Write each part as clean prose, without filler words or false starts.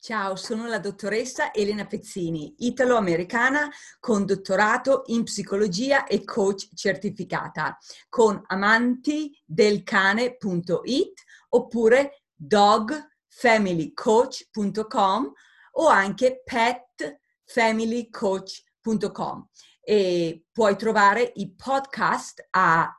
Ciao, sono la dottoressa Elena Pezzini, italo-americana con dottorato in psicologia e coach certificata, con amantidelcane.it oppure dogfamilycoach.com o anche petfamilycoach.com, e puoi trovare i podcast a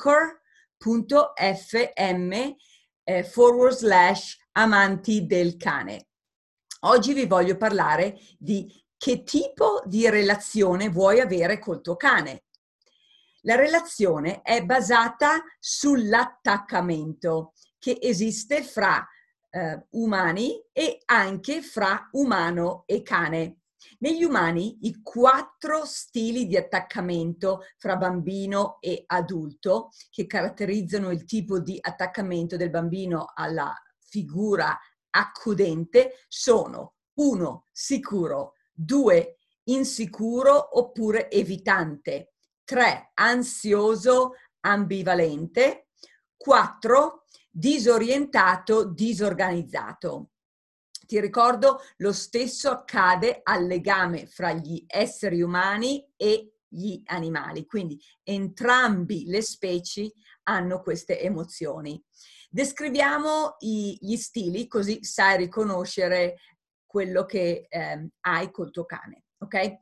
anchor.fm/amanti del cane. Oggi vi voglio parlare di che tipo di relazione vuoi avere col tuo cane. La relazione è basata sull'attaccamento che esiste fra umani e anche fra umano e cane. Negli umani i 4 stili di attaccamento fra bambino e adulto che caratterizzano il tipo di attaccamento del bambino alla figura accudente sono: 1. Sicuro, 2. Insicuro oppure evitante, 3. Ansioso ambivalente, 4. Disorientato disorganizzato. Ti ricordo, lo stesso accade al legame fra gli esseri umani e gli animali, quindi entrambi le specie hanno queste emozioni. Descriviamo gli stili, così sai riconoscere quello che hai col tuo cane, ok?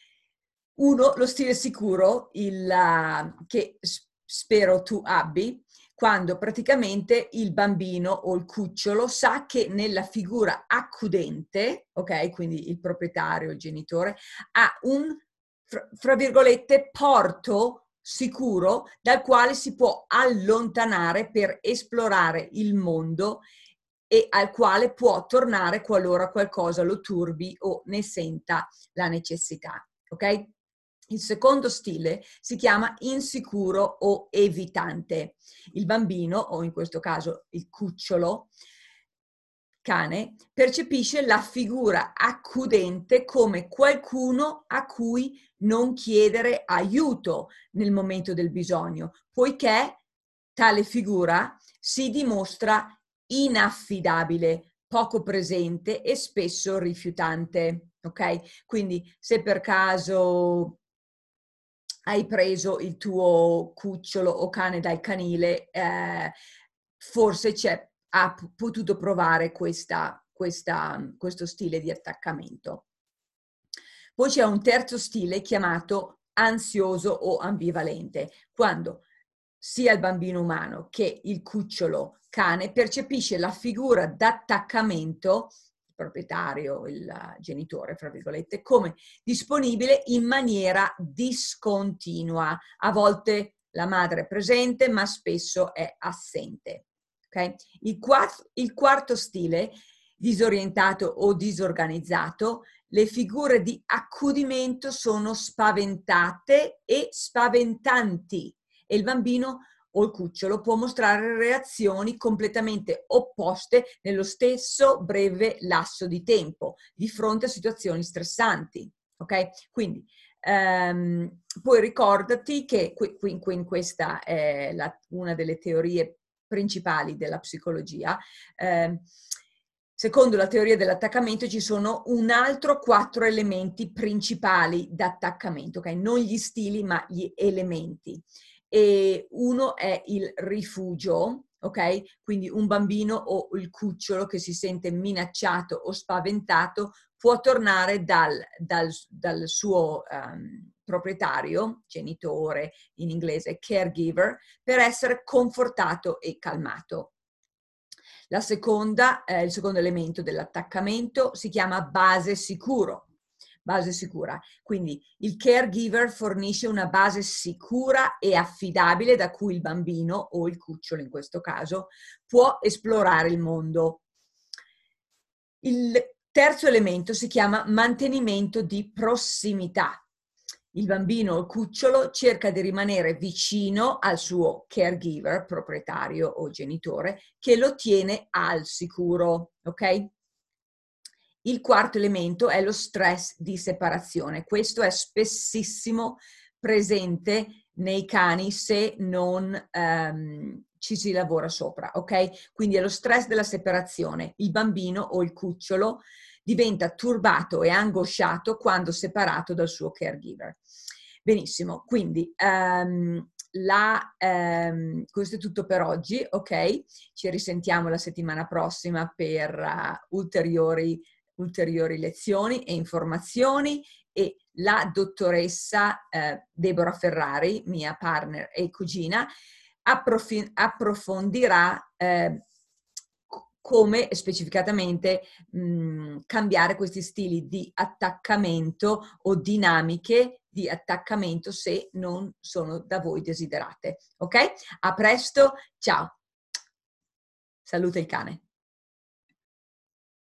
1, lo stile sicuro, che spero tu abbi, quando praticamente il bambino o il cucciolo sa che nella figura accudente, ok, quindi il proprietario, il genitore, ha un, fra virgolette, porto sicuro dal quale si può allontanare per esplorare il mondo e al quale può tornare qualora qualcosa lo turbi o ne senta la necessità, ok? Il secondo stile si chiama insicuro o evitante. Il bambino, o in questo caso il cucciolo cane, percepisce la figura accudente come qualcuno a cui non chiedere aiuto nel momento del bisogno, poiché tale figura si dimostra inaffidabile, poco presente e spesso rifiutante. Ok? Quindi se per caso hai preso il tuo cucciolo o cane dal canile, forse ha potuto provare questo stile di attaccamento. Poi c'è un terzo stile chiamato ansioso o ambivalente, quando sia il bambino umano che il cucciolo cane percepisce la figura d'attaccamento, il proprietario, il genitore, fra virgolette, come disponibile in maniera discontinua. A volte la madre è presente, ma spesso è assente. Okay? Il quarto stile, disorientato o disorganizzato, le figure di accudimento sono spaventate e spaventanti e il bambino o il cucciolo può mostrare reazioni completamente opposte nello stesso breve lasso di tempo di fronte a situazioni stressanti. Ok? Quindi poi ricordati che questa è una delle teorie principali della psicologia. Secondo la teoria dell'attaccamento ci sono un altro 4 elementi principali d'attaccamento, ok? Non gli stili ma gli elementi. E uno è il rifugio, ok? Quindi un bambino o il cucciolo che si sente minacciato o spaventato può tornare dal suo proprietario, genitore in inglese, caregiver, per essere confortato e calmato. Il secondo elemento dell'attaccamento si chiama base sicuro. Base sicura. Quindi il caregiver fornisce una base sicura e affidabile da cui il bambino o il cucciolo in questo caso può esplorare il mondo. Il terzo elemento si chiama mantenimento di prossimità. Il bambino o il cucciolo cerca di rimanere vicino al suo caregiver, proprietario o genitore, che lo tiene al sicuro, ok? Il quarto elemento è lo stress di separazione. Questo è spessissimo presente nei cani se non ci si lavora sopra, ok? Quindi è lo stress della separazione. Il bambino o il cucciolo diventa turbato e angosciato quando separato dal suo caregiver. Benissimo, quindi questo è tutto per oggi, ok? Ci risentiamo la settimana prossima per ulteriori lezioni e informazioni, e la dottoressa Deborah Ferrari, mia partner e cugina, approfondirà come specificatamente cambiare questi stili di attaccamento o dinamiche di attaccamento se non sono da voi desiderate. Ok? A presto, ciao! Saluta il cane.